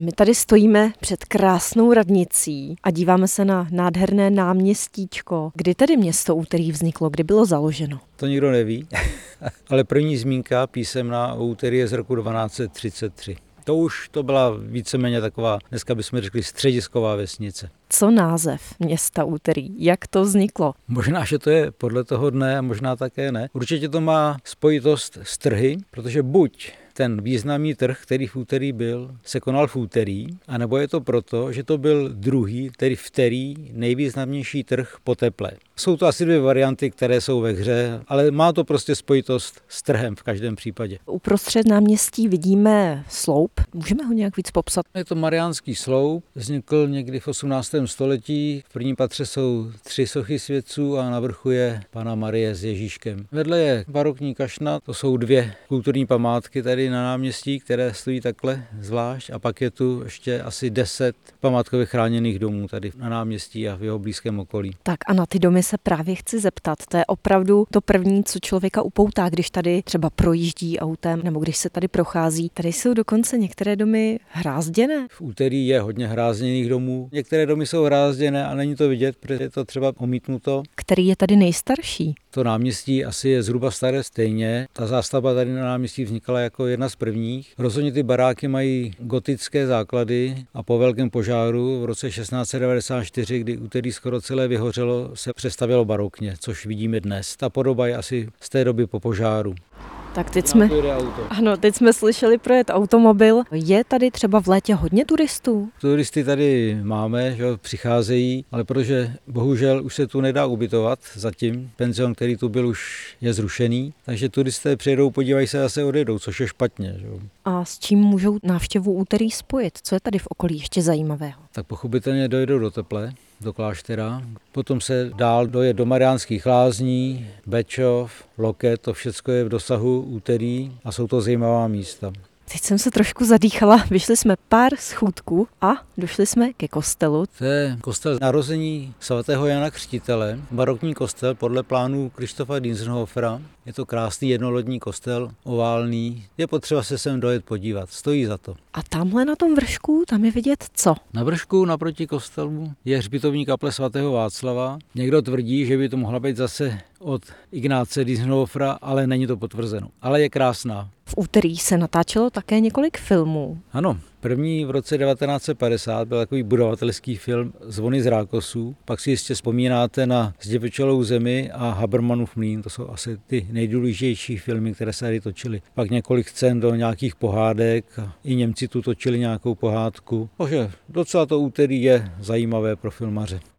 My tady stojíme před krásnou radnicí a díváme se na nádherné náměstíčko. Kdy tedy město Úterý vzniklo, kdy bylo založeno? To nikdo neví, ale první zmínka písemná o Úterý je z roku 1233. To byla víceméně taková, dneska bychom řekli, středisková vesnice. Co název města Úterý? Jak to vzniklo? Možná, že to je podle toho dne a možná také ne. Určitě to má spojitost s trhy, protože buď ten významný trh, který v Úterý byl, se konal v Úterý, anebo je to proto, že to byl druhý, tedy vterý, nejvýznamnější trh po teple. Jsou to asi dvě varianty, které jsou ve hře, ale má to prostě spojitost s trhem v každém případě. Uprostřed náměstí vidíme sloup. Můžeme ho nějak víc popsat? Je to Mariánský sloup, vznikl někdy v 18. století. V prvním patře jsou 3 sochy světců a na vrchu je Panna Marie s Ježíškem. Vedle je barokní kašna, to jsou 2 kulturní památky tady na náměstí, které stojí takhle zvlášť, a pak je tu ještě asi 10 památkově chráněných domů tady na náměstí a v jeho blízkém okolí. Tak a na ty domy se právě chci zeptat. To je opravdu to první, co člověka upoutá, když tady třeba projíždí autem nebo když se tady prochází. Tady jsou dokonce některé domy hrázděné. V Úterý je hodně hrázděných domů. Některé domy jsou hrázděné a není to vidět, protože je to třeba omítnuto. Který je tady nejstarší? To náměstí asi je zhruba staré stejně. Ta zástavba tady na náměstí vznikala jako jedna z prvních. Rozhodně ty baráky mají gotické základy a po velkém požáru v roce 1694, kdy Úterý skoro celé vyhořelo, se přestavělo barokně, což vidíme dnes. Ta podoba je asi z té doby po požáru. Tak teď jsme slyšeli projet automobil. Je tady třeba v létě hodně turistů? Turisty tady máme, že přicházejí, ale protože bohužel už se tu nedá ubytovat zatím. Penzion, který tu byl, už je zrušený, takže turisté přijedou, podívají se a zase odjedou, což je špatně. Že? A s čím můžou návštěvu Úterý spojit? Co je tady v okolí ještě zajímavého? Tak pochopitelně dojedou do Teple, do kláštera, potom se dál dojet do Mariánských Lázní, Bečov, Loket, to všechno je v dosahu Úterý a jsou to zajímavá místa. Teď jsem se trošku zadýchala, vyšli jsme pár schůdků a došli jsme ke kostelu. To je kostel narození svatého Jana Křtitele, barokní kostel podle plánů Krištofa Diensenhofera. Je to krásný jednolodní kostel, oválný. Je potřeba se sem dojet podívat, stojí za to. A tamhle na tom vršku, tam je vidět co? Na vršku naproti kostelu je hřbitovní kaple svatého Václava. Někdo tvrdí, že by to mohla být zase od Ignáce Diensenhofera, ale není to potvrzeno. Ale je krásná. V Úterý se natáčelo také několik filmů. Ano, první v roce 1950 byl takový budovatelský film Zvony z Rákosů. Pak si jistě vzpomínáte na Zděvečelou zemi a Habermanův mlýn. To jsou asi ty nejdůležitější filmy, které se tady točily. Pak několik scén do nějakých pohádek. I Němci tu točili nějakou pohádku. Takže docela to Úterý je zajímavé pro filmaře.